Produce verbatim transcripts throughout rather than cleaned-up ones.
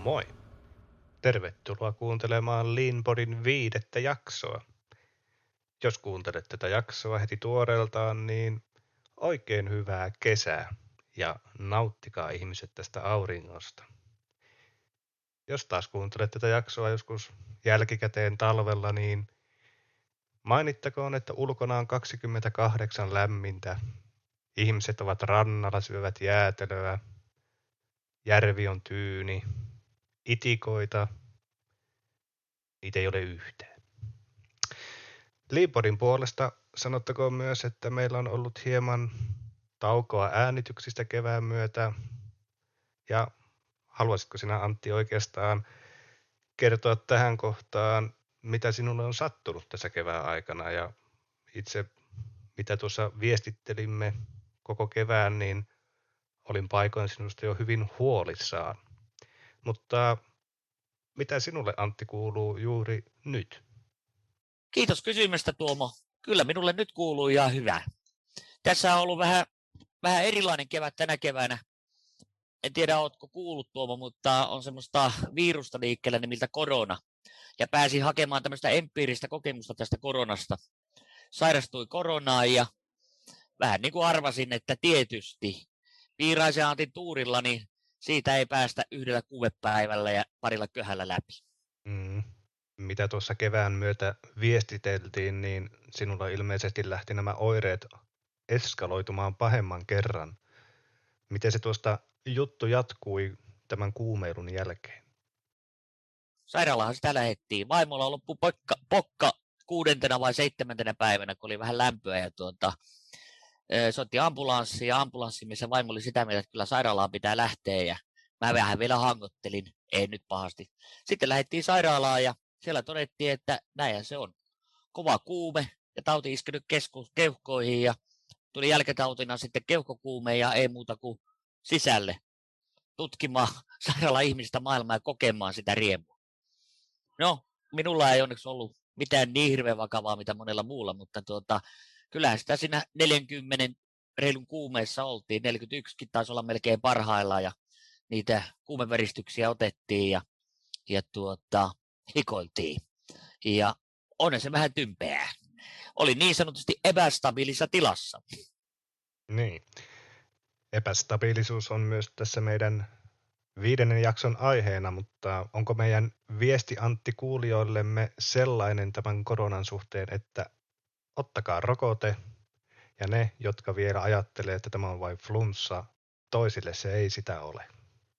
Moi! Tervetuloa kuuntelemaan Leanpodin viidettä jaksoa. Jos kuuntelet tätä jaksoa heti tuoreeltaan, niin oikein hyvää kesää ja nauttikaa ihmiset tästä auringosta. Jos taas kuuntelet tätä jaksoa joskus jälkikäteen talvella, niin mainittakoon, että ulkona on kaksikymmentäkahdeksan lämmintä. Ihmiset ovat rannalla, syövät jäätelöä. Järvi on tyyni. Itikoita. Niitä ei ole yhtään. Leanpodin puolesta sanottakoon myös, että meillä on ollut hieman taukoa äänityksistä kevään myötä. Ja haluaisitko sinä, Antti, oikeastaan kertoa tähän kohtaan, mitä sinulle on sattunut tässä kevään aikana? Ja itse, mitä tuossa viestittelimme koko kevään, niin olin paikoin sinusta jo hyvin huolissaan. Mutta mitä sinulle, Antti, kuuluu juuri nyt? Kiitos kysymästä, Tuomo. Kyllä minulle nyt kuuluu ihan hyvä. Tässä on ollut vähän, vähän erilainen kevät tänä keväänä. En tiedä, oletko kuullut, Tuomo, mutta on semmoista virusta liikkeellä nimiltä korona. Ja pääsin hakemaan tämmöistä empiiristä kokemusta tästä koronasta. Sairastui koronaan ja vähän niin kuin arvasin, että tietysti Piiraisen Antin tuurilla, niin siitä ei päästä yhdellä kuumepäivällä ja parilla köhällä läpi. Mm. Mitä tuossa kevään myötä viestiteltiin, niin sinulla ilmeisesti lähti nämä oireet eskaloitumaan pahemman kerran. Miten se tuosta juttu jatkui tämän kuumeilun jälkeen? Sairaalahan sitä lähdettiin. Vaimolla loppu pokka, pokka kuudentena vai seitsemäntenä päivänä, kun oli vähän lämpöä. Ja tuota, soitti ambulanssi ja ambulanssimies vaimo oli sitä mieltä, että kyllä sairaalaan pitää lähteä. Ja mä vähän vielä hangottelin, ei nyt pahasti. Sitten lähdettiin sairaalaan ja siellä todettiin, että näinhän se on. Kova kuume ja tauti iskenyt kesku, keuhkoihin ja tuli jälkitautina sitten keuhkokuume ja ei muuta kuin sisälle tutkimaan sairaala ihmistä maailmaa ja kokemaan sitä riemua. No, minulla ei onneksi ollut mitään niin hirveän vakavaa, mitä monella muulla, mutta tuota, kyllähän sitä siinä neljänkymmenen reilun kuumeessa oltiin. neljäkymmentäyksikin taisi olla melkein parhaillaan ja niitä kuumeveristyksiä otettiin ja, ja tuota, hikoiltiin. Ja onne se vähän tympeää. Oli niin sanotusti epästabiilissa tilassa. Niin. Epästabiilisuus on myös tässä meidän viidennen jakson aiheena, mutta onko meidän viesti, Antti, kuulijoillemme sellainen tämän koronan suhteen, että ottakaa rokote ja ne, jotka vielä ajattelee, että tämä on vain flunssa, toisille se ei sitä ole?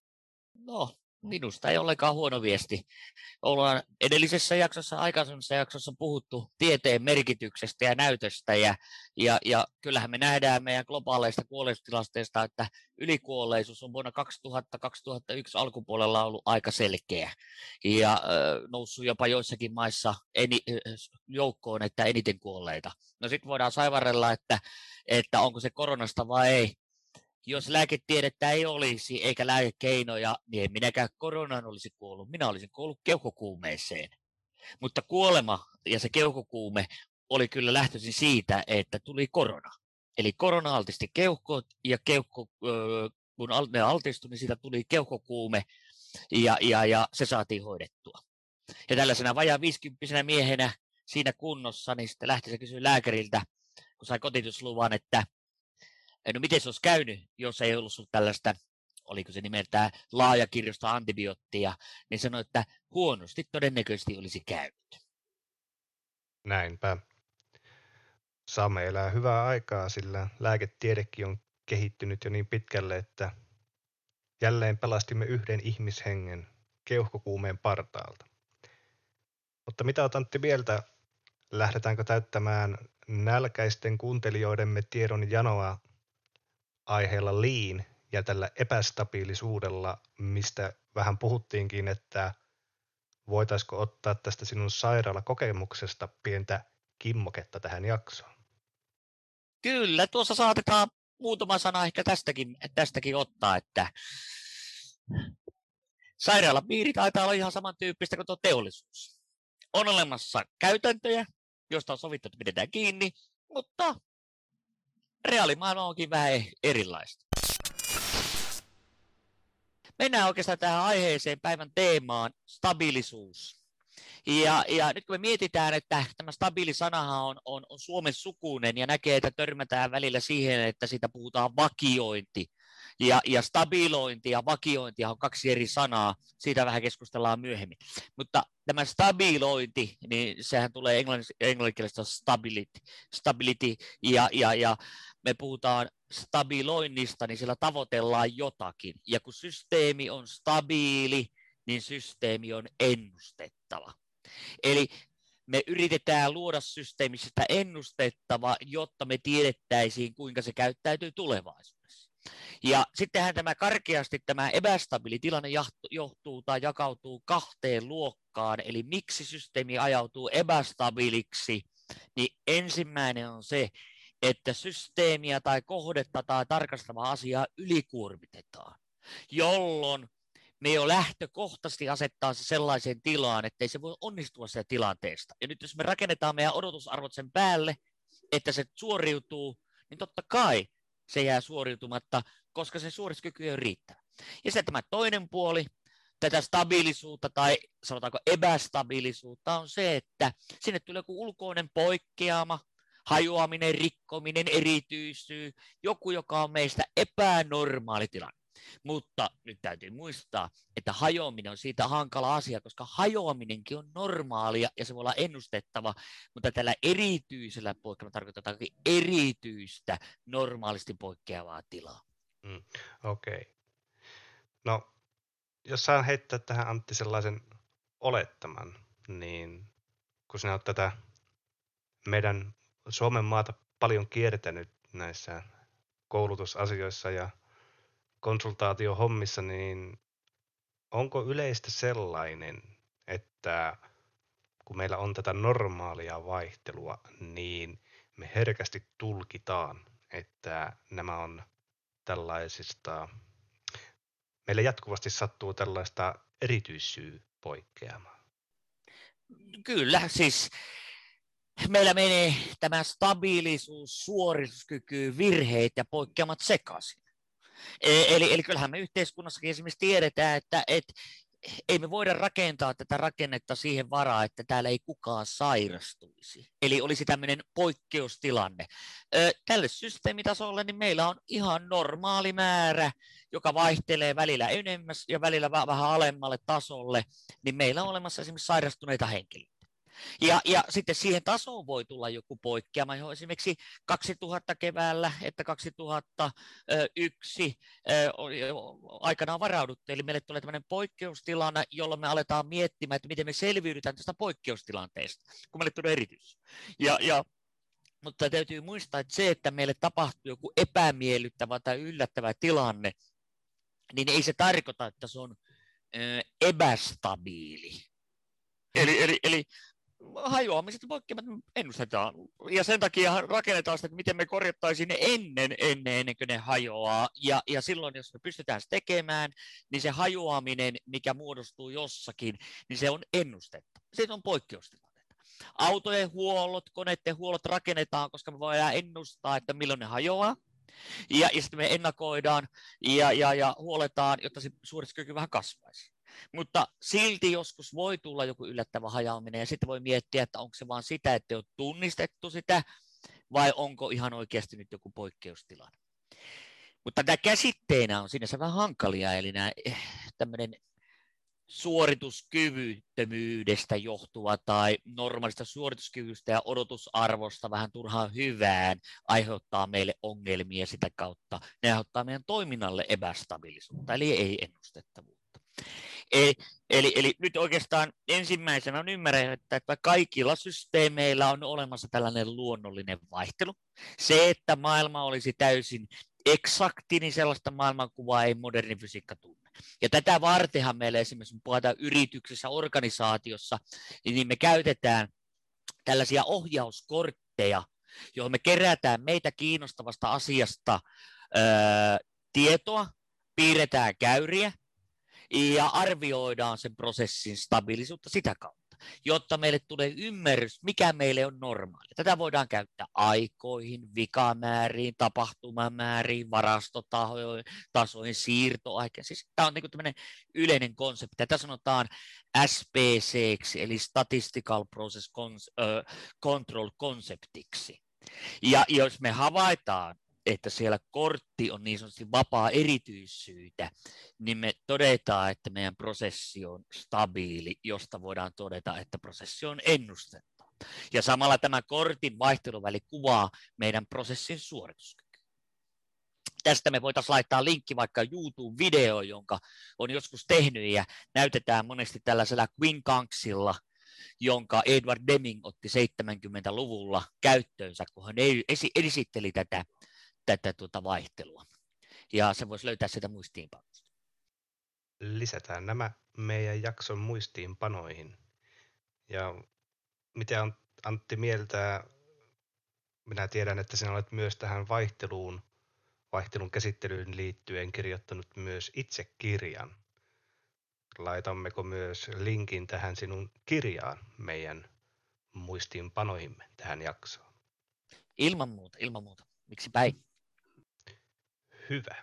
No, minusta ei ollenkaan huono viesti. Ollaan edellisessä jaksossa, aikaisemmassa jaksossa puhuttu tieteen merkityksestä ja näytöstä, ja, ja, ja kyllähän me nähdään meidän globaaleista kuolleisuustilasteista, että ylikuolleisuus on vuonna kaksituhatta kaksituhattayksi alkupuolella ollut aika selkeä, ja äh, noussut jopa joissakin maissa eni, joukkoon, että eniten kuolleita. No sitten voidaan saivarrella, että, että onko se koronasta vai ei. Jos lääketiedettä ei olisi eikä lääkekeinoja, niin en minäkään koronaan olisi kuollut. Minä olisin kuollut keuhkokuumeeseen. Mutta kuolema ja se keuhkokuume oli kyllä lähtöisin siitä, että tuli korona. Eli korona altisti keuhkot ja keuhko, kun ne altistui, niin siitä tuli keuhkokuume ja, ja, ja se saatiin hoidettua. Ja tällaisena vajaa viisikymppisenä miehenä siinä kunnossa, niin sitten lähti se kysyä lääkäriltä, kun sai kotitusluvan, että no miten se olisi käynyt, jos ei ollut sinulla tällaista, oliko se nimeltään laajakirjosta antibioottia, niin sanoi, että huonosti todennäköisesti olisi käynyt. Näinpä. Saamme elää hyvää aikaa, sillä lääketiedekin on kehittynyt jo niin pitkälle, että jälleen pelastimme yhden ihmishengen keuhkokuumeen partaalta. Mutta mitä olet, Antti, mieltä? Lähdetäänkö täyttämään nälkäisten kuuntelijoidemme tiedon janoa aiheella Lean ja tällä epästabiilisuudella, mistä vähän puhuttiinkin, että voitaisiko ottaa tästä sinun sairaalakokemuksesta pientä kimmoketta tähän jaksoon? Kyllä, tuossa saatetaan muutama sana ehkä tästäkin, tästäkin ottaa, että sairaalapiiri taitaa olla ihan samantyyppistä kuin tuo teollisuus. On olemassa käytäntöjä, joista on sovittu, että pidetään kiinni, mutta reaalimaailma onkin vähän erilaista. mennään oikeastaan tähän aiheeseen, päivän teemaan, stabiilisuus. Ja, ja nyt kun me mietitään, että tämä stabiilisanahan on, on, on suomen sukuinen ja näkee, että törmätään välillä siihen, että siitä puhutaan vakiointi. Ja, ja stabilointi ja vakiointi on kaksi eri sanaa, siitä vähän keskustellaan myöhemmin. Mutta tämä stabilointi, niin sehän tulee englanninkielestä stability, stability ja, ja, ja me puhutaan stabiloinnista, niin sillä tavoitellaan jotakin. Ja kun systeemi on stabiili, niin systeemi on ennustettava. Eli me yritetään luoda systeemistä ennustettava, jotta me tiedettäisiin, kuinka se käyttäytyy tulevaisuudessa. Ja sittenhän tämä karkeasti tämä epästabiili tilanne johtuu tai jakautuu kahteen luokkaan, eli miksi systeemi ajautuu epästabiiliksi, niin ensimmäinen on se, että systeemiä tai kohdetta tai tarkastavaa asiaa ylikuormitetaan, jolloin me jo lähtökohtaisesti asettaa se sellaiseen tilaan, että ei se voi onnistua siitä tilanteesta. Ja nyt jos me rakennetaan meidän odotusarvot sen päälle, että se suoriutuu, niin totta kai se jää suoriutumatta, koska se suorituskyky ei ole riittävä. Ja sitten tämä toinen puoli, tätä stabiilisuutta tai sanotaanko epästabiilisuutta on se, että sinne tulee joku ulkoinen poikkeama, hajoaminen, rikkominen, erityisyys, joku, joka on meistä epänormaali tilanne. Mutta nyt täytyy muistaa, että hajoaminen on siitä hankala asia, koska hajoaminenkin on normaalia ja se voi olla ennustettava, mutta tällä erityisellä poikkeamalla tarkoitetaan erityistä normaalisti poikkeavaa tilaa. Mm, Okei. Okay. No, jos saan heittää tähän Antti sellaisen olettaman, niin kun sinä olet tätä meidän Suomen maata paljon kiertänyt näissä koulutusasioissa ja konsultaatiohommissa, niin onko yleistä sellainen, että kun meillä on tätä normaalia vaihtelua, niin me herkästi tulkitaan, että nämä on tällaisista, meillä jatkuvasti sattuu tällaista erityissyypoikkeamaa? Kyllä, siis meillä menee tämä stabiilisuus, suorituskyky, virheet ja poikkeamat sekaisin. Eli, eli kyllähän me yhteiskunnassakin esimerkiksi tiedetään, että et, ei me voida rakentaa tätä rakennetta siihen varaan, että täällä ei kukaan sairastuisi. Eli olisi tämmöinen poikkeustilanne. Tälle systeemitasolle niin meillä on ihan normaali määrä, joka vaihtelee välillä enemmän ja välillä vähän alemmalle tasolle, niin meillä on olemassa esimerkiksi sairastuneita henkilöitä. Ja, ja sitten siihen tasoon voi tulla joku poikkeama, johon esimerkiksi kaksituhatta keväällä, että kaksituhattayksi aikanaan varauduttu. Eli meille tulee tämmöinen poikkeustilanne, jolloin me aletaan miettimään, että miten me selviydytään tästä poikkeustilanteesta, kun meille tulee erityis. Ja, ja, mutta täytyy muistaa, että se, että meille tapahtuu joku epämiellyttävä tai yllättävä tilanne, niin ei se tarkoita, että se on ö, epästabiili. Eli, eli, eli hajoamiset ja poikkeamat ennustetaan. Ja sen takia rakennetaan sitä, että miten me korjattaisiin ne ennen, ennen, ennen kuin ne hajoaa. Ja, ja silloin, jos me pystytään se tekemään, niin se hajoaminen, mikä muodostuu jossakin, niin se on ennustetta. Se on poikkeustilanteita. Autojen huollot, koneiden huollot rakennetaan, koska me voidaan ennustaa, että milloin ne hajoaa. Ja, ja sitten me ennakoidaan ja, ja, ja huoletaan, jotta se suorituskyky vähän kasvaisi. Mutta silti joskus voi tulla joku yllättävä hajaaminen ja sitten voi miettiä, että onko se vaan sitä, että ei ole tunnistettu sitä vai onko ihan oikeasti nyt joku poikkeustilanne. Mutta tämä käsitteenä on sinänsä vähän hankalia, eli nämä, tämmöinen suorituskyvyttömyydestä johtuva tai normaalista suorituskyvystä ja odotusarvosta vähän turhaan hyvään aiheuttaa meille ongelmia sitä kautta. Ne aiheuttaa meidän toiminnalle epästabiilisuutta, eli ei ennustettavuutta. Eli, eli, eli nyt oikeastaan ensimmäisenä on ymmärrettävä, että kaikilla systeemeillä on olemassa tällainen luonnollinen vaihtelu. Se, että maailma olisi täysin eksakti, niin sellaista maailmankuvaa ei moderni fysiikka tunne. Ja tätä vartenhan meillä esimerkiksi, kun puhutaan yrityksessä, organisaatiossa, niin me käytetään tällaisia ohjauskortteja, joihin me kerätään meitä kiinnostavasta asiasta ää, tietoa, piirretään käyriä, ja arvioidaan sen prosessin stabiilisuutta sitä kautta. kautta, jotta meille tulee ymmärrys, mikä meille on normaali. Tätä voidaan käyttää aikoihin, vikamääriin, tapahtumamääriin, varastotasoihin, siirtoaikaan. Siis tämä on niin tämmöinen yleinen konsepti. Tätä sanotaan S P C:ksi, eli Statistical Process Control konseptiksi. Ja jos me havaitaan, että siellä kortti on niin sanotusti vapaa erityissyitä, niin me todetaan, että meidän prosessi on stabiili, josta voidaan todeta, että prosessi on ennustettava. Ja samalla tämä kortin vaihteluväli kuvaa meidän prosessin suorituskykyä. Tästä me voitaisiin laittaa linkki vaikka YouTube-videoon, jonka on joskus tehnyt ja näytetään monesti tällaisella Quincunxilla, jonka Edward Deming otti seitsemänkymmentäluvulla käyttöönsä, kun hän esitteli tätä tätä tuota vaihtelua. Ja se voisi löytää sitä muistiinpanosta. Lisätään nämä meidän jakson muistiinpanoihin. Ja mitä on Antti mieltä, minä tiedän, että sinä olet myös tähän vaihteluun, vaihtelun käsittelyyn liittyen kirjoittanut myös itse kirjan. Laitammeko myös linkin tähän sinun kirjaan meidän muistiinpanoihimme tähän jaksoon? Ilman muuta, ilman muuta. Miksi päin? Hyvä.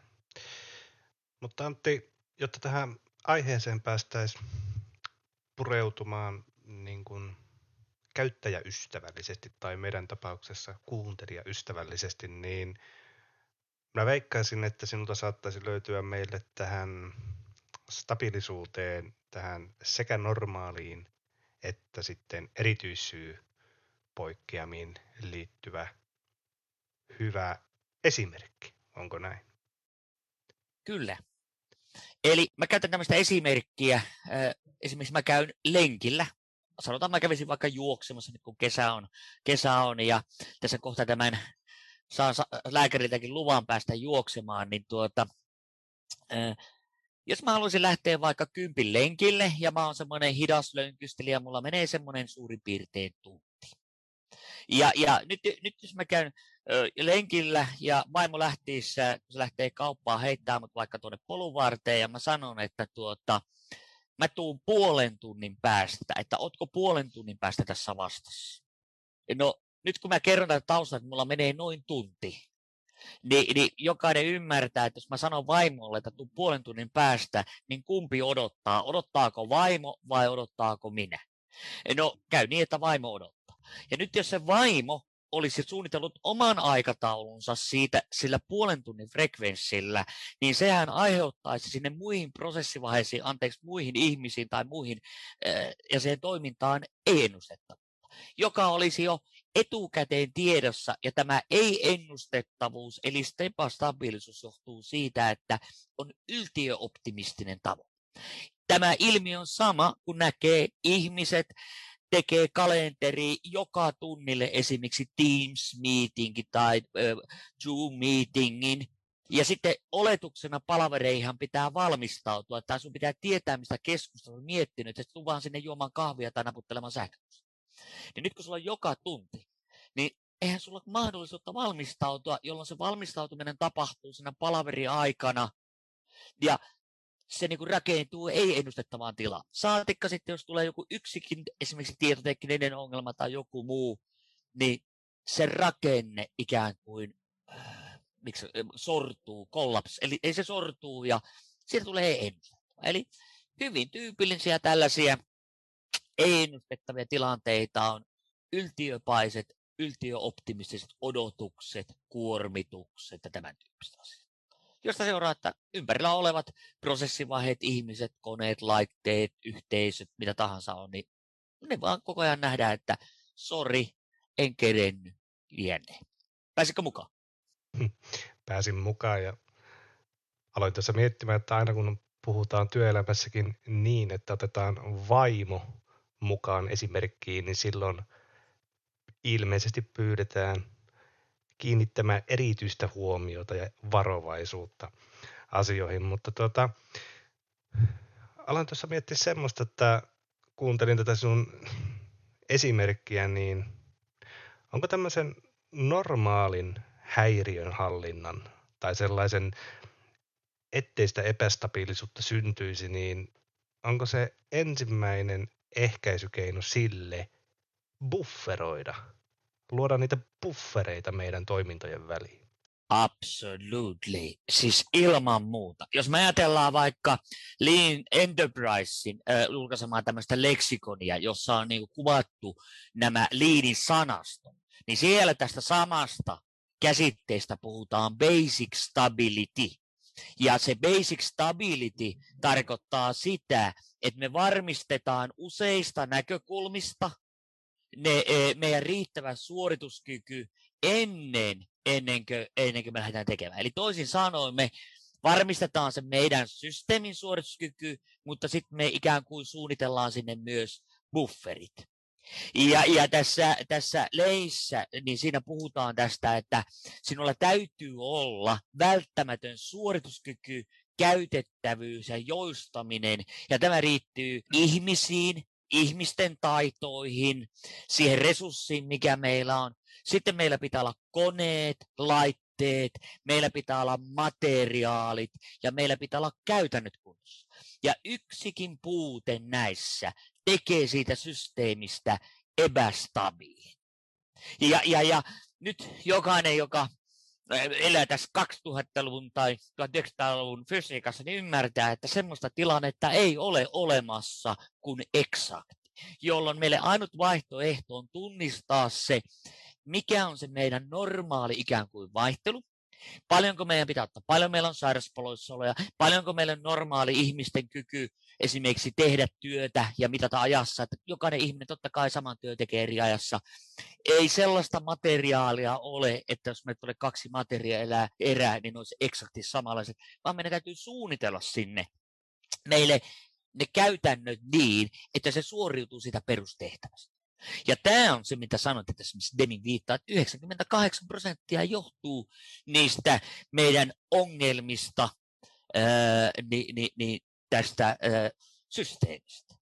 Mutta Antti, jotta tähän aiheeseen päästäisiin pureutumaan niin kuin käyttäjäystävällisesti tai meidän tapauksessa kuuntelijaystävällisesti, niin mä veikkaisin, että sinulta saattaisi löytyä meille tähän stabiilisuuteen, tähän sekä normaaliin että sitten erityissyy poikkeamiin liittyvä hyvä esimerkki. Onko näin? Kyllä. Eli mä käytän tämmöistä esimerkkiä. Esimerkiksi mä käyn lenkillä. Sanotaan, mä kävisin vaikka juoksemassa, nyt kun kesä on, kesä on ja tässä kohta tämän saan lääkäriltäkin luvan päästä juoksemaan, niin tuota, jos mä haluaisin lähteä vaikka kympin lenkille ja mä oon semmoinen hidas lönkystelijä, mulla menee semmoinen suurin piirtein tunti. Ja, ja nyt, nyt jos mä käyn ö, lenkillä ja vaimo lähtisi, kun se lähtee kauppaan heittämään mut vaikka tuonne polun varteen ja mä sanon, että tuota, mä tuun puolen tunnin päästä, että ootko puolen tunnin päästä tässä vastassa? No nyt kun mä kerron tätä taustaa, että mulla menee noin tunti, niin, niin jokainen ymmärtää, että jos mä sanon vaimolle, että tuun puolen tunnin päästä, niin kumpi odottaa? Odottaako vaimo vai odottaako minä? No käy niin, että vaimo odottaa. Ja nyt jos se vaimo olisi suunnitellut oman aikataulunsa siitä sillä puolen tunnin frekvenssillä, niin sehän aiheuttaisi sinne muihin prosessivaiheisiin, anteeksi, muihin ihmisiin tai muihin äh, ja siihen toimintaan ei-ennustettavuutta, joka olisi jo etukäteen tiedossa, ja tämä ei-ennustettavuus, eli epästabiilisuus johtuu siitä, että on yltiöoptimistinen tavoite. Tämä ilmiö on sama, kun näkee ihmiset, tekee kalenteri joka tunnille esimerkiksi Teams-meetingin tai äh, Zoom-meetingin, ja sitten oletuksena palavereihin pitää valmistautua, tai sun pitää tietää, mistä keskustelua on miettinyt, että tuu vaan sinne juomaan kahvia tai naputtelemaan sähköpostia. Ja nyt kun sulla on joka tunti, niin eihän sulla ole mahdollisuutta valmistautua, jolloin se valmistautuminen tapahtuu siinä palaverin aikana, ja se niin kuin rakentuu ei-ennustettavaan tilaan. Saatikka sitten, jos tulee joku yksikin esimerkiksi tietotekninen ongelma tai joku muu, niin se rakenne ikään kuin äh, miksi, sortuu, kollaps. Eli ei se sortuu ja siitä tulee ei-ennustettava. Eli hyvin tyypillisiä tällaisia ei-ennustettavia tilanteita on yltiöpaiset, yltiöoptimistiset odotukset, kuormitukset ja tämän tyyppiset asiat. Josta seuraa, että ympärillä olevat prosessivaiheet, ihmiset, koneet, laitteet, yhteisöt, mitä tahansa on, niin ne vaan koko ajan nähdään, että sori, en kerennyt, lienee. Pääsitkö mukaan? Pääsin mukaan ja aloin tässä miettimään, että aina kun puhutaan työelämässäkin niin, että otetaan vaimo mukaan esimerkkiin, niin silloin ilmeisesti pyydetään kiinnittämään erityistä huomiota ja varovaisuutta asioihin, mutta tuota, aloin tuossa miettiä semmoista, että kuuntelin tätä sun esimerkkiä, niin onko tämmöisen normaalin häiriönhallinnan tai sellaisen, ettei sitä epästabiilisuutta syntyisi, niin onko se ensimmäinen ehkäisykeino sille bufferoida, luoda niitä buffereita meidän toimintojen väliin. Absolutely. Siis ilman muuta. Jos me ajatellaan vaikka Lean Enterprisein äh, julkaisemaa tämmöistä leksikonia, jossa on niinku kuvattu nämä Leanin sanaston, niin siellä tästä samasta käsitteestä puhutaan basic stability. Ja se basic stability tarkoittaa sitä, että me varmistetaan useista näkökulmista ne, e, meidän riittävä suorituskyky ennen, ennen, kuin, ennen kuin me lähdetään tekemään. Eli toisin sanoen me varmistetaan se meidän systeemin suorituskyky, mutta sitten me ikään kuin suunnitellaan sinne myös bufferit. Ja, ja tässä, tässä leissä, niin siinä puhutaan tästä, että sinulla täytyy olla välttämätön suorituskyky, käytettävyys ja joustaminen. Ja tämä riittyy ihmisiin, ihmisten taitoihin, siihen resurssiin, mikä meillä on. Sitten meillä pitää olla koneet, laitteet, meillä pitää olla materiaalit ja meillä pitää olla käytännöt kunnossa. Ja yksikin puute näissä tekee siitä systeemistä epästabiilin. Ja, ja, ja nyt jokainen, joka elää tässä kaksituhattaluvun tai tuhatyhdeksänsataaluvun fysiikassa, niin ymmärtää, että semmoista tilannetta ei ole olemassa kuin eksakti, jolloin meille ainut vaihtoehto on tunnistaa se, mikä on se meidän normaali ikään kuin vaihtelu, paljonko meidän pitää ottaa, paljon meillä on sairauspoissaoloja, paljonko meillä on normaali ihmisten kyky esimerkiksi tehdä työtä ja mitata ajassa, että jokainen ihminen totta kai saman työ tekee eri ajassa. Ei sellaista materiaalia ole, että jos meillä tulee kaksi materiaalia erää, niin ne olisi eksakti samanlaiset, vaan meidän täytyy suunnitella sinne meille ne käytännöt niin, että se suoriutuu sitä perustehtävästä. Ja tämä on se, mitä sanoit, että esimerkiksi Demin viittaa, että yhdeksänkymmentäkahdeksan prosenttia johtuu niistä meidän ongelmista ää, ni, ni, ni, tästä ää, systeemistä.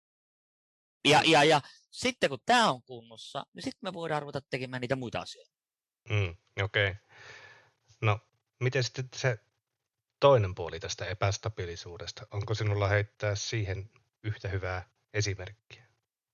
Ja, ja, ja sitten kun tämä on kunnossa, niin sitten me voidaan ruveta tekemään niitä muita asioita. Mm, Okei. Okay. No, miten sitten se toinen puoli tästä epästabiilisuudesta? Onko sinulla heittää siihen yhtä hyvää esimerkkiä?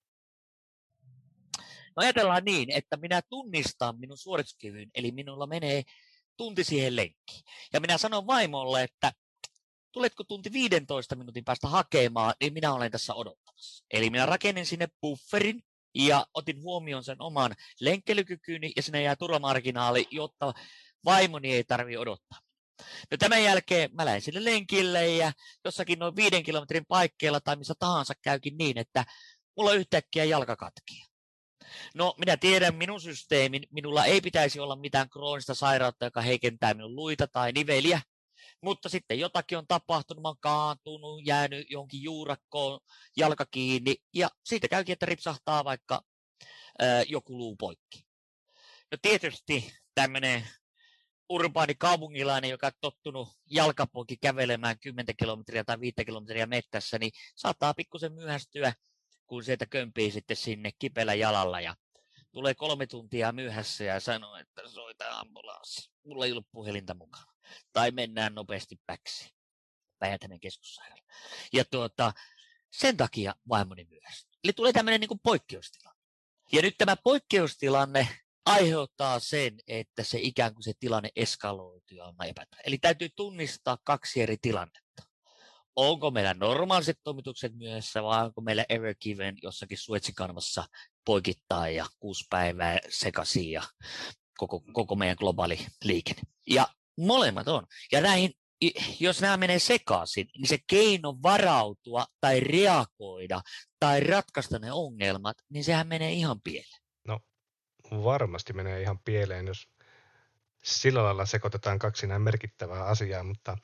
No ajatellaan niin, että minä tunnistan minun suorituskyvyn, eli minulla menee tunti siihen lenkkiin. Ja minä sanon vaimolle, että tuletko tunti viidentoista minuutin päästä hakemaan, niin minä olen tässä odottamassa. Eli minä rakennin sinne bufferin ja otin huomioon sen oman lenkkeilykykyni ja sinne jää turvamarginaali, jotta vaimoni ei tarvitse odottaa. No tämän jälkeen mä lähdin sinne lenkille ja jossakin noin viiden kilometrin paikkeilla tai missä tahansa käykin niin, että mulla yhtäkkiä jalka katkii. No minä tiedän minun systeemin, minulla ei pitäisi olla mitään kroonista sairautta, joka heikentää minun luita tai niveliä, mutta sitten jotakin on tapahtunut, mä oon kaantunut, jäänyt johonkin juurakkoon jalka kiinni ja siitä käykin, että ripsahtaa vaikka ää, joku luu poikki. No tietysti tämmöinen urbaani kaupungilainen, joka on tottunut jalkapoikki kävelemään kymmenen kilometriä tai viisi kilometriä mettässä, niin saattaa pikkusen myöhästyä, kun sieltä kömpii sitten sinne kipeällä jalalla ja tulee kolme tuntia myöhässä ja sanoo, että soita ambulanssi. Mulla ei ollut puhelinta mukana. Tai mennään nopeasti Päksiin, Päijät-Hämeen keskussairaala. Ja tuota, sen takia vaimoni myöhästyy. Eli tulee tämmöinen niin kuin poikkeustilanne. Ja nyt tämä poikkeustilanne aiheuttaa sen, että se ikään kuin se tilanne eskaloituu ja on epätä. Eli täytyy tunnistaa kaksi eri tilannetta. Onko meillä normaaliset toimitukset myöhässä vai onko meillä ever given jossakin Suetsikanavassa poikittain ja kuusi päivää sekaisin ja koko, koko meidän globaali liikenne. Ja molemmat on. Ja näihin, jos nämä menee sekaisin, niin se keino varautua tai reagoida tai ratkaista ne ongelmat, niin sehän menee ihan pieleen. No varmasti menee ihan pieleen, jos sillä lailla sekoitetaan kaksi näin merkittävää asiaa, mutta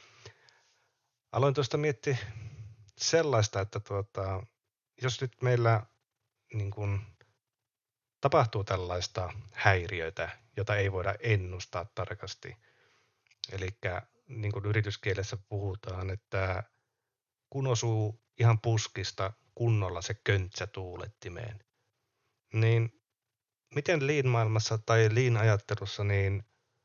aloin tuosta miettiä sellaista, että tuota, jos nyt meillä niin kun, tapahtuu tällaista häiriöitä, jota ei voida ennustaa tarkasti, eli niin kuin yrityskielessä puhutaan, että kun osuu ihan puskista kunnolla se köntsä tuulettimeen, niin miten Lean-maailmassa tai Lean-ajattelussa, niin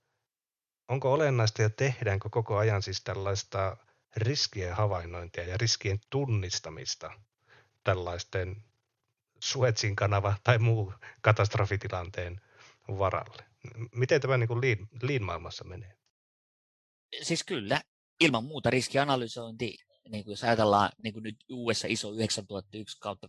onko olennaista ja tehdäänkö koko ajan siis tällaista riskien havainnointia ja riskien tunnistamista tällaisten Suezin kanava tai muu katastrofitilanteen varalle. Miten tämä niin kuin lean, lean maailmassa menee? Siis kyllä, ilman muuta riskianalysointi, niin kuin jos ajatellaan niin kuin nyt U S A iso yhdeksäntuhattayksi kautta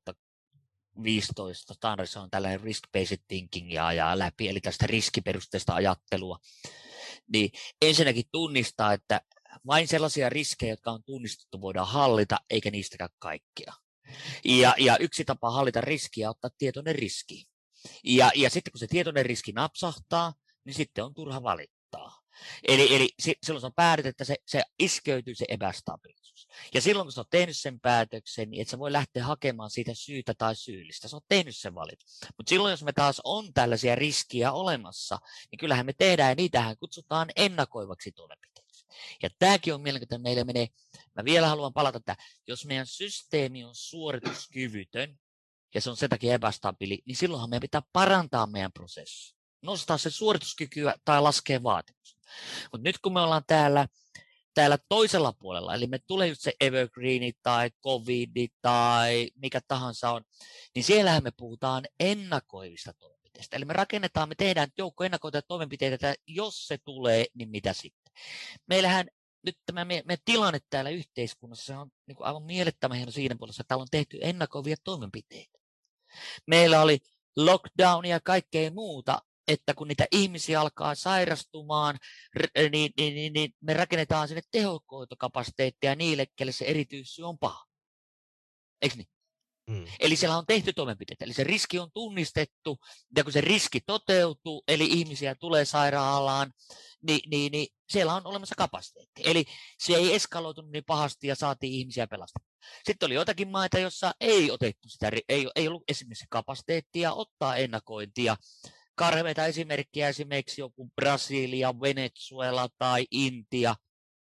kaksituhattaviisitoista standardissa on tällainen risk-based thinking ja ajaa läpi, eli tästä riskiperusteista ajattelua, niin ensinnäkin tunnistaa, että vain sellaisia riskejä, jotka on tunnistettu, voidaan hallita, eikä niistäkään kaikkia. Ja, ja yksi tapa hallita riskiä on ottaa tietoinen riski. Ja, ja sitten kun se tietoinen riski napsahtaa, niin sitten on turha valittaa. Eli, eli silloin se on päädyt, että se, se iskeytyy se epästabiilisuus. Ja silloin kun sä oot tehnyt sen päätöksen, niin et sä voi lähteä hakemaan siitä syytä tai syyllistä. Sä oot tehnyt sen valitun. Mutta silloin jos me taas on tällaisia riskiä olemassa, niin kyllähän me tehdään ja niitähän kutsutaan ennakoivaksi toimenpiteeksi. Ja tämäkin on mielenkiintoinen, meille menee. Mä vielä haluan palata, että jos meidän systeemi on suorituskyvytön, ja se on sen takia epästabiili, niin silloinhan meidän pitää parantaa meidän prosessi. Nostaa se suorituskykyä tai laskea vaatimusta. Mutta nyt kun me ollaan täällä, täällä toisella puolella, eli me tulee just se evergreeni tai covid tai mikä tahansa on, niin siellähän me puhutaan ennakoivista toimenpiteistä. Eli me rakennetaan, me tehdään joukko ennakoivia toimenpiteitä, että jos se tulee, niin mitä sitten. Meillähän nyt tämä meidän, meidän tilanne täällä yhteiskunnassa on niin kuin aivan mielettömän hieno siinä puolessa, että täällä on tehty ennakoivia toimenpiteitä. Meillä oli lockdown ja kaikkea muuta, että kun niitä ihmisiä alkaa sairastumaan, niin, niin, niin, niin me rakennetaan sinne tehokhoitokapasiteettia niille, kelle se erityissyy on paha. Eikö niin? Hmm. Eli siellä on tehty toimenpiteitä, eli se riski on tunnistettu, ja kun se riski toteutuu, eli ihmisiä tulee sairaalaan, niin, niin, niin siellä on olemassa kapasiteetti. Eli se ei eskaloitunut niin pahasti ja saatiin ihmisiä pelastettua. Sitten oli jotakin maita, joissa ei otettu sitä, ei, ei ollut esimerkiksi kapasiteettia ottaa ennakointia. Karmeita esimerkkiä esimerkiksi joku Brasilia, Venezuela tai Intia,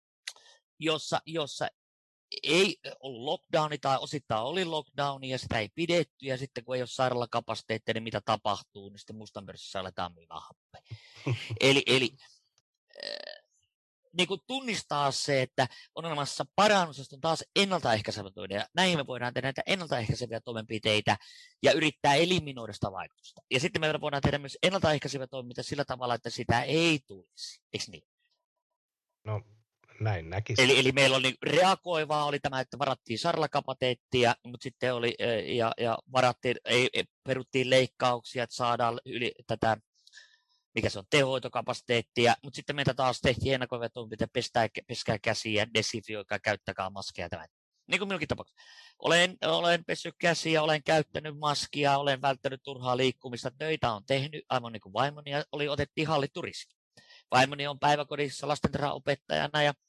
jossa, jossa ei ollut lockdowni tai osittain oli lockdowni ja sitä ei pidetty ja sitten kun ei ole sairaalakapasiteettia, niin mitä tapahtuu, niin sitten mustan pörssissä aletaan myymään happea. eli eli äh, niin kuin tunnistaa se, että on olemassa parannus, josta on taas ennaltaehkäisevä toinen. Ja näihin me voidaan tehdä näitä ennaltaehkäiseviä toimenpiteitä ja yrittää eliminoida sitä vaikutusta. Ja sitten me voidaan tehdä myös ennaltaehkäiseviä toimenpiteitä sillä tavalla, että sitä ei tulisi. Eikö niin? No. Näin näkisin. Eli, eli meillä oli reagoivaa, oli tämä, että varattiin sarlakapasiteettia, mutta sitten oli, ja, ja varattiin, ei, peruttiin leikkauksia, että saadaan yli tätä, mikä se on, tehohoitokapasiteettia, mutta sitten meitä taas tehtiin ennakoivia toimenpiteitä, pestää, peskää käsiä, desinfioikaa, käyttäkää maskeja. Tämän. Niin kuin minunkin tapauksessa. Olen, olen pessyt käsiä, olen käyttänyt maskia, olen välttänyt turhaa liikkumista, töitä on tehnyt, aivan niin kuin vaimoni, ja oli, otettiin hallittu riski. Vaimoni on päiväkodissa lastentarhanopettajana ja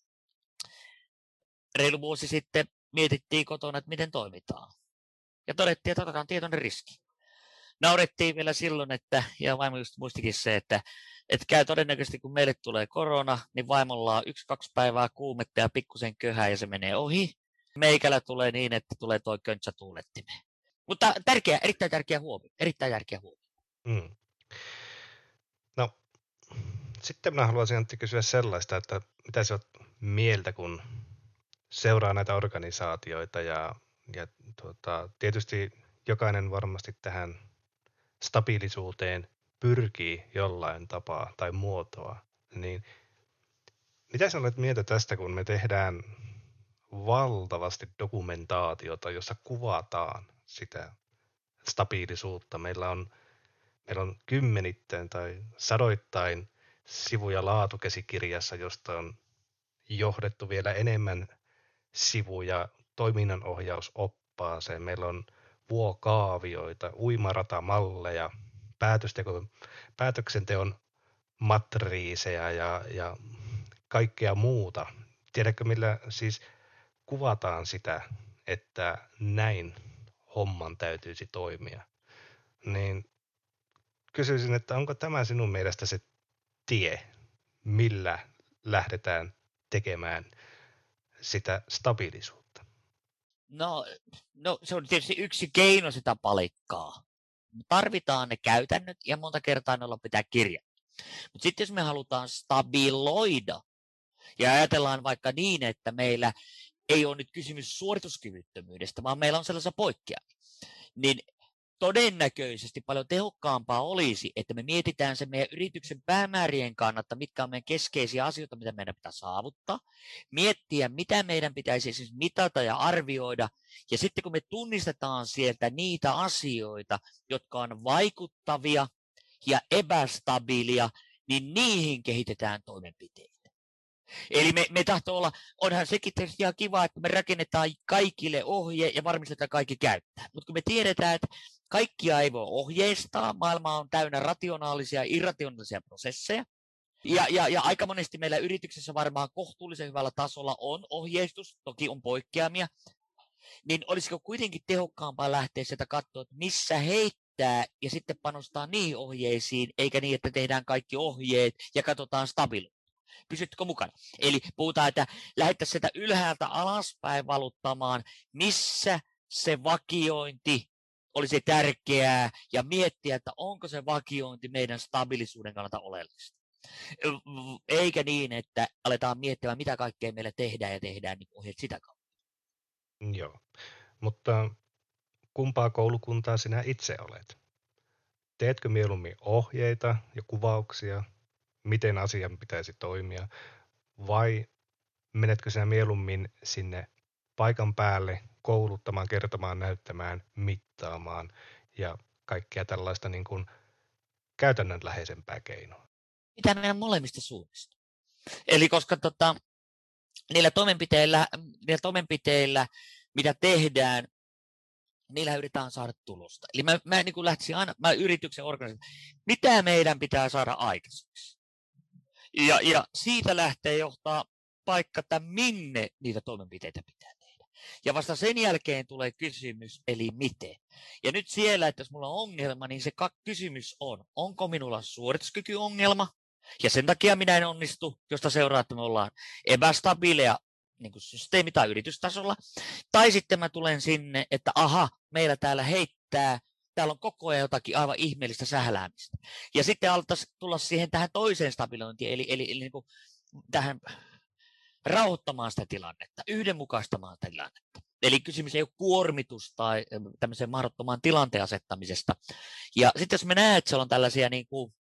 reilu vuosi sitten mietittiin kotona, että miten toimitaan. Ja todettiin, että otetaan tietoinen riski. Naurettiin vielä silloin, että, ja vaimo just muistikin se, että, että käy todennäköisesti, kun meille tulee korona, niin vaimolla on yksi, kaksi päivää kuumetta ja pikkusen köhää ja se menee ohi. Meikällä tulee niin, että tulee toi köntsä tuulettimeen. Mutta tärkeä, erittäin tärkeä huomio. Erittäin tärkeä huomio. Mm. No, sitten minä haluaisin Antti kysyä sellaista, että mitä sä oot mieltä, kun seuraa näitä organisaatioita ja, ja tuota, tietysti jokainen varmasti tähän stabiilisuuteen pyrkii jollain tapaa tai muotoa, niin mitä sä olet mieltä tästä, kun me tehdään valtavasti dokumentaatiota, jossa kuvataan sitä stabiilisuutta. Meillä on, meillä on kymmenittäin tai sadoittain sivuja laatukäsikirjassa, josta on johdettu vielä enemmän sivuja toiminnanohjausoppaaseen. Meillä on vuokaavioita, uimaratamalleja, päätöksenteon matriiseja ja, ja kaikkea muuta. Tiedätkö, millä siis kuvataan sitä, että näin homman täytyisi toimia? Niin kysyisin, että onko tämä sinun mielestä se tie, millä lähdetään tekemään sitä stabiilisuutta? No, no se on tietysti yksi keino sitä palikkaa. Tarvitaan ne käytännöt ja monta kertaa ne pitää kirjata. Mutta sitten jos me halutaan stabiloida ja ajatellaan vaikka niin, että meillä ei ole nyt kysymys suorituskyvyttömyydestä, vaan meillä on sellaisia poikkeamia, niin todennäköisesti paljon tehokkaampaa olisi, että me mietitään se meidän yrityksen päämäärien kannalta, mitkä on meidän keskeisiä asioita, mitä meidän pitää saavuttaa, miettiä, mitä meidän pitäisi siis mitata ja arvioida, ja sitten kun me tunnistetaan sieltä niitä asioita, jotka on vaikuttavia ja epästabiilia, niin niihin kehitetään toimenpiteitä. Eli me, me tahtoo olla, onhan sekin tietysti ihan kiva, että me rakennetaan kaikille ohje ja varmistetaan kaikki käyttää. Mutta kun me tiedetään, että kaikkia ei voi ohjeistaa, maailma on täynnä rationaalisia ja irrationaalisia prosesseja, ja, ja, ja aika monesti meillä yrityksessä varmaan kohtuullisen hyvällä tasolla on ohjeistus, toki on poikkeamia, niin olisiko kuitenkin tehokkaampaa lähteä sieltä katsoa, että missä heittää ja sitten panostaa niihin ohjeisiin, eikä niin, että tehdään kaikki ohjeet ja katsotaan stabiluutta. Pysyttekö mukana? Eli puhutaan, että lähdettäisiin sieltä ylhäältä alaspäin valuttamaan, missä se vakiointi olisi tärkeää ja miettiä, että onko se vakiointi meidän stabilisuuden kannalta oleellista. Eikä niin, että aletaan miettimään, mitä kaikkea meillä tehdään ja tehdään niin ohjeet sitä kautta. Joo, mutta kumpaa koulukuntaa sinä itse olet? Teetkö mieluummin ohjeita ja kuvauksia, miten asian pitäisi toimia, vai menetkö sinä mieluummin sinne paikan päälle kouluttamaan, kertomaan, näyttämään, mittaamaan ja kaikkea tällaista niin kuin käytännönläheisempää keinoa? Pitää mennä molemmista suunnista. Eli koska tota, niillä, toimenpiteillä, niillä toimenpiteillä, mitä tehdään, niillä yritetään saada tulosta. Eli mä, mä niin kuin lähtisin aina, mä yrityksen organisaatio, mitä meidän pitää saada aikaiseksi. Ja, ja siitä lähtee johtaa paikka, että minne niitä toimenpiteitä pitää tehdä. Ja vasta sen jälkeen tulee kysymys, eli miten. Ja nyt siellä, että jos mulla on ongelma, niin se kysymys on, onko minulla suorituskykyongelma? Ja sen takia minä en onnistu, josta seuraa, että me ollaan epästabiileja niin kuin systeemi- tai yritystasolla. Tai sitten mä tulen sinne, että aha, meillä täällä heittää, täällä on koko ajan jotakin aivan ihmeellistä sähläämistä. Ja sitten alettaisiin tulla siihen tähän toiseen stabilointiin, eli, eli, eli niin kuin tähän rauhoittamaan sitä tilannetta, yhdenmukaistamaan sitä tilannetta. Eli kysymys ei ole kuormitus tai tämmöiseen mahdottomaan tilanteen asettamisesta. Ja sitten jos me näemme, että siellä on tällaisia niin kuin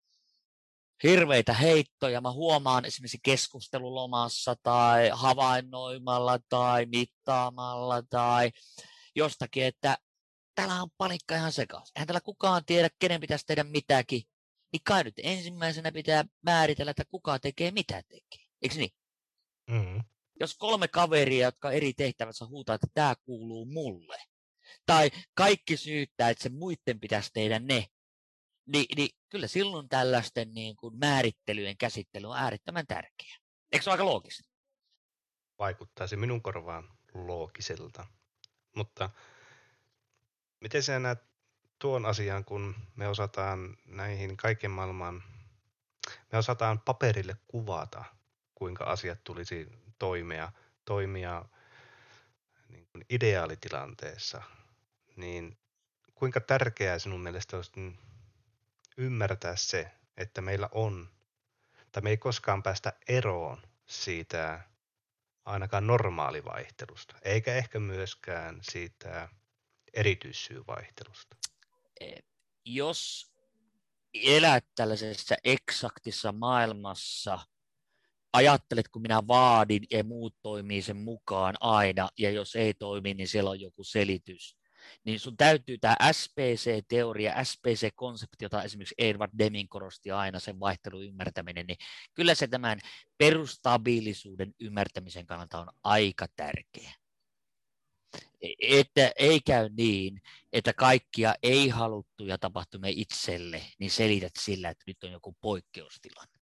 hirveitä heittoja, mä huomaan esimerkiksi keskustelulomassa tai havainnoimalla tai mittaamalla tai jostakin, että täällä on panikka ihan sekaisin. Eihän täällä kukaan tiedä, kenen pitäisi tehdä mitäkin. Niin kai nyt ensimmäisenä pitää määritellä, että kuka tekee mitä tekee. Eikö niin? Mm-hmm. Jos kolme kaveria, jotka eri tehtävässä huutaa, että tämä kuuluu mulle, tai kaikki syyttää, että se muiden pitäisi tehdä ne, niin, niin kyllä silloin tällaisten niin kuin määrittelyjen käsittely on äärettömän tärkeää. Eikö se ole aika loogista? Vaikuttaisi minun korvaan loogiselta. Mutta miten sinä näet tuon asian, kun me osataan näihin kaiken maailman, me osataan paperille kuvata, kuinka asiat tulisi toimia, toimia niin kuin ideaalitilanteessa, niin kuinka tärkeää sinun mielestä olisi ymmärtää se, että meillä on, tai me ei koskaan päästä eroon siitä ainakaan normaalivaihtelusta, eikä ehkä myöskään siitä erityissyyvaihtelusta. Jos elät tällaisessa eksaktissa maailmassa, ajattelet, kun minä vaadin ja muut toimii sen mukaan aina, ja jos ei toimi, niin siellä on joku selitys, niin sun täytyy tämä S P C-teoria, S P C-konsepti, jota esimerkiksi Edward Deming korosti aina, sen vaihtelun ymmärtäminen, niin kyllä se tämän perustabiilisuuden ymmärtämisen kannalta on aika tärkeä. Että ei käy niin, että kaikkia ei-haluttuja tapahtumia itselle, niin selität sillä, että nyt on joku poikkeustilanne.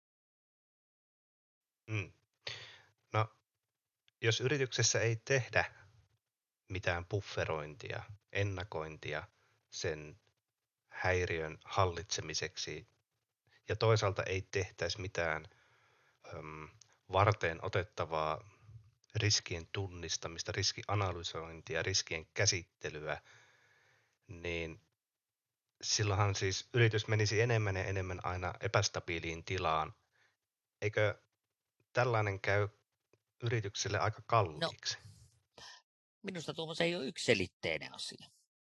Mm. No, jos yrityksessä ei tehdä mitään bufferointia, ennakointia sen häiriön hallitsemiseksi ja toisaalta ei tehtäisi mitään äm, varten otettavaa riskien tunnistamista, riskianalysointia, riskien käsittelyä, niin silloinhan siis yritys menisi enemmän ja enemmän aina epästabiiliin tilaan. Eikö tällainen käy yritykselle aika kalliiksi? No, minusta tuommoinen ei ole yksiselitteinen asia.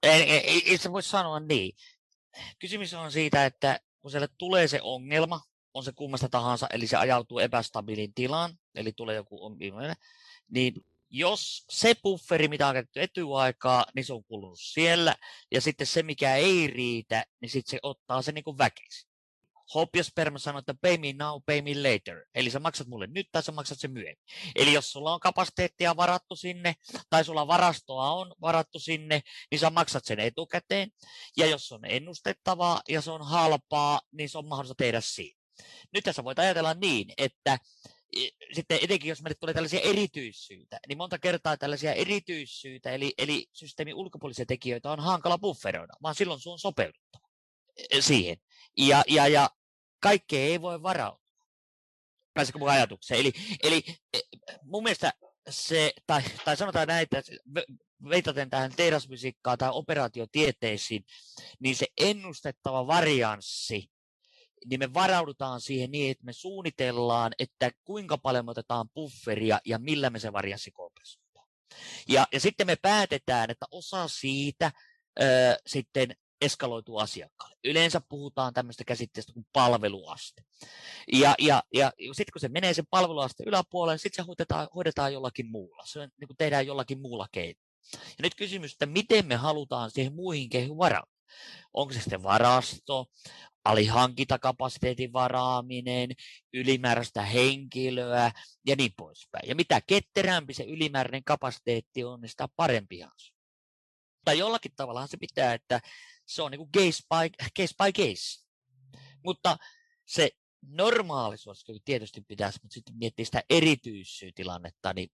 Ei, ei, ei, ei se voi sanoa niin. Kysymys on siitä, että kun siellä tulee se ongelma, on se kummasta tahansa, eli se ajautuu epästabiiliin tilaan, eli tulee joku ongelma, niin jos se bufferi, mitä on käytetty etuaikaa, niin se on kulunut siellä, ja sitten se, mikä ei riitä, niin sitten se ottaa se niin kuin väkisin. Hopiosperma sanoo, että pay me now, pay me later. Eli sä maksat mulle nyt tai sä maksat se myöhemmin. Eli jos sulla on kapasiteettia varattu sinne tai sulla varastoa on varattu sinne, niin sä maksat sen etukäteen. Ja jos on ennustettavaa ja se on halpaa, niin se on mahdollista tehdä siinä. Nyt tässä voit ajatella niin, että sitten etenkin jos meille tulee tällaisia erityissyitä, niin monta kertaa tällaisia erityissyitä, eli, eli systeemin ulkopuolisia tekijöitä on hankala bufferoida, vaan silloin sun on sopeuduttava siihen. Ja, ja, ja kaikkea ei voi varautua. Pääsikö mun ajatukseen? Eli, eli mun mielestä se, tai, tai sanotaan näin, että veitaten tähän tehdasfysiikkaan tai operaatiotieteisiin, niin se ennustettava varianssi, niin me varaudutaan siihen niin, että me suunnitellaan, että kuinka paljon me otetaan bufferia ja millä me se varianssi kompensoidaan. Ja, ja sitten me päätetään, että osa siitä ö, sitten eskaloituu asiakkaalle. Yleensä puhutaan tämmöistä käsitteestä kuin palveluaste. Ja, ja, ja sitten kun se menee sen palveluaste yläpuolelle, sitten se hoidetaan, hoidetaan jollakin muulla. Se niin kuin tehdään jollakin muulla keinolla. Ja nyt kysymys, että miten me halutaan siihen muihin kehyyn varautua. Onko se sitten varasto, alihankintakapasiteetin varaaminen, ylimääräistä henkilöä ja niin poispäin. Ja mitä ketterämpi se ylimääräinen kapasiteetti on, niin sitä parempihan se on. Tai jollakin tavallahan se pitää, että se on niin kuin case by case. By case. Mutta se normaalisuus tietysti pitäisi, mutta sitten miettiä sitä erityissyytilannetta, niin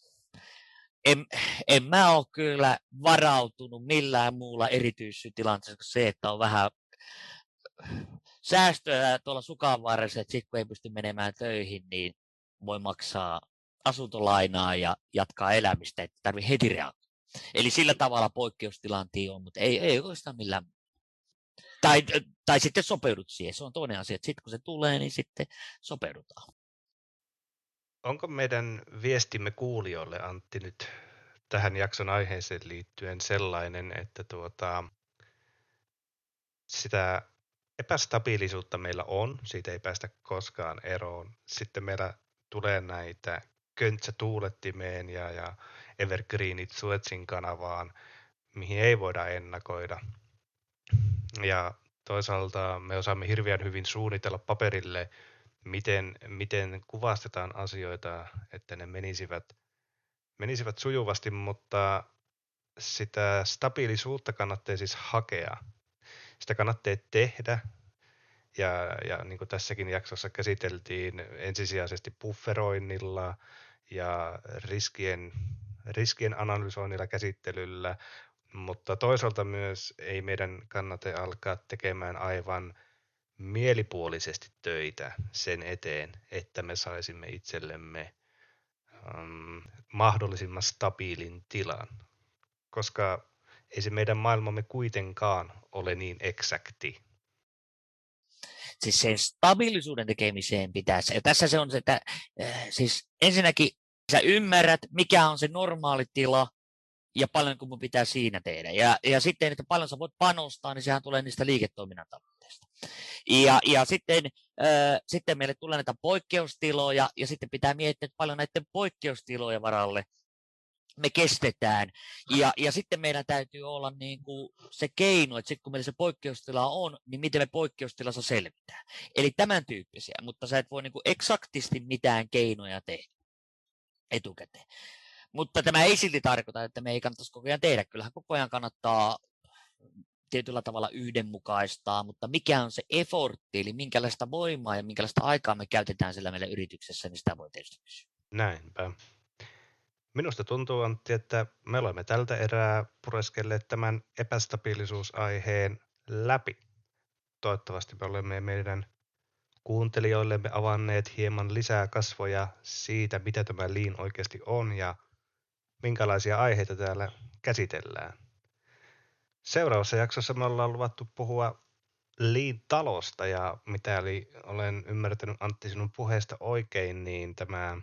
en, en mä ole kyllä varautunut millään muulla erityissyytilanteessa kuin se, että on vähän säästöä tuolla sukanvarressa, että sitten kun ei pysty menemään töihin, niin voi maksaa asuntolainaa ja jatkaa elämistä, että tarvitse heti reagoida. Eli sillä tavalla poikkeustilantia on, mutta ei, ei oikeastaan millään. Tai, tai sitten sopeudut siihen, se on toinen asia, että sitten kun se tulee, niin sitten sopeudutaan. Onko meidän viestimme kuulijoille, Antti, nyt tähän jakson aiheeseen liittyen sellainen, että tuota, sitä epästabiilisuutta meillä on, siitä ei päästä koskaan eroon. Sitten meillä tulee näitä köntsätuulettimeen ja, ja evergreenit Suezin kanavaan, mihin ei voida ennakoida. Ja toisaalta me osaamme hirveän hyvin suunnitella paperille, miten, miten kuvastetaan asioita, että ne menisivät, menisivät sujuvasti, mutta sitä stabiilisuutta kannattaa siis hakea. Sitä kannattaa tehdä, ja, ja niin kuin tässäkin jaksossa käsiteltiin, ensisijaisesti bufferoinnilla ja riskien, riskien analysoinnilla, käsittelyllä, mutta toisaalta myös ei meidän kannata alkaa tekemään aivan mielipuolisesti töitä sen eteen, että me saisimme itsellemme um, mahdollisimman stabiilin tilan, koska ei se meidän maailmamme kuitenkaan ole niin eksakti. Siis sen stabiilisuuden tekemiseen pitäisi. Ja tässä se on se, että äh, siis ensinnäkin sä ymmärrät, mikä on se normaali tila ja paljon kun mun pitää siinä tehdä. Ja, ja sitten, että paljon sä voit panostaa, niin sehän tulee niistä liiketoiminnan tavoitteista. Ja, ja sitten, äh, sitten meille tulee näitä poikkeustiloja ja sitten pitää miettiä, että paljon näiden poikkeustilojen varalle me kestetään. Ja, ja sitten meidän täytyy olla niin kuin se keino, että sitten kun meillä se poikkeustila on, niin miten me poikkeustilassa selvitään. Eli tämän tyyppisiä, mutta sä et voi niin kuin eksaktisti mitään keinoja tehdä etukäteen. Mutta tämä ei silti tarkoita, että me ei kannattaisi koko ajan tehdä. Kyllähän koko ajan kannattaa tietyllä tavalla yhdenmukaistaa, mutta mikä on se effortti, eli minkälaista voimaa ja minkälaista aikaa me käytetään sillä meillä yrityksessä, niin sitä voi tietysti kysyä. Näinpä. Minusta tuntuu, Antti, että me olemme tältä erää pureskelleet tämän epästabiilisuusaiheen läpi. Toivottavasti me olemme meidän kuuntelijoillemme avanneet hieman lisää kasvoja siitä, mitä tämä Lean oikeasti on ja minkälaisia aiheita täällä käsitellään. Seuraavassa jaksossa me ollaan luvattu puhua Lean-talosta ja mitäli olen ymmärtänyt, Antti, sinun puheesta oikein, niin tämä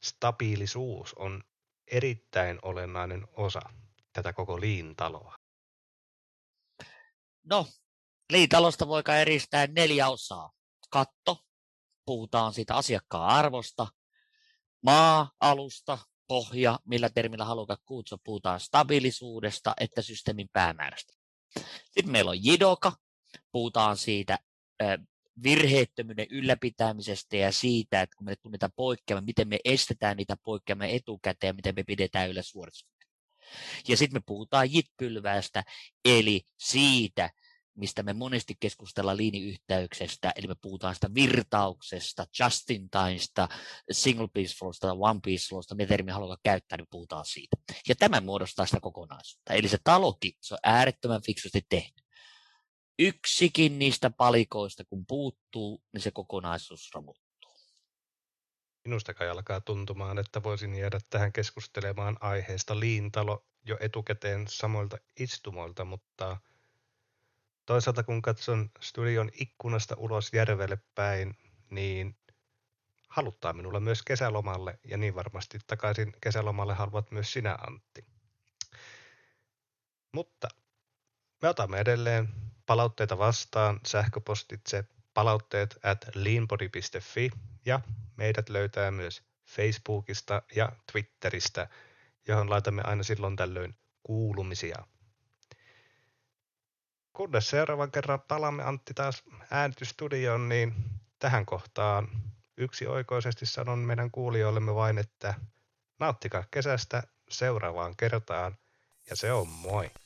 stabiilisuus on erittäin olennainen osa tätä koko Lean-taloa. No, Liitalosta voi kai eristää neljä osaa. Katto, puhutaan siitä asiakkaan arvosta. Maa, alusta, pohja, millä termillä halukaan kutsua, puhutaan stabiilisuudesta että systeemin päämäärästä. Sitten meillä on jidoka, puhutaan siitä äh, virheettömyyden ylläpitämisestä ja siitä, että kun me tunnetaan poikkeamme, miten me estetään niitä poikkeamia etukäteen ja miten me pidetään yllä suorituskykyä. Ja sitten me puhutaan jit-pylvästä, eli siitä, mistä me monesti keskustellaan liiniyhteyksestä, eli me puhutaan sitä virtauksesta, just-in-timesta, single piece flowsta, one piece flowsta, me termiä halutaan käyttää, niin puhutaan siitä. Ja tämä muodostaa sitä kokonaisuutta. Eli se talokin, se on äärettömän fiksusti tehty. Yksikin niistä palikoista, kun puuttuu, niin se kokonaisuus romuttuu. Minusta kai alkaa tuntumaan, että voisin jäädä tähän keskustelemaan aiheesta Liintalo jo etukäteen samoilta istumoilta, mutta toisaalta kun katson studion ikkunasta ulos järvelle päin, niin haluttaa minulla myös kesälomalle ja niin varmasti takaisin kesälomalle haluat myös sinä, Antti. Mutta me otamme edelleen palautteita vastaan sähköpostitse palautteet at leanbody piste fi ja meidät löytää myös Facebookista ja Twitteristä, johon laitamme aina silloin tällöin kuulumisia. Kunnes seuraavan kerran palaamme Antti taas äänitysstudioon, niin tähän kohtaan yksioikoisesti sanon meidän kuulijoillemme vain, että nauttikaa kesästä seuraavaan kertaan ja se on moi!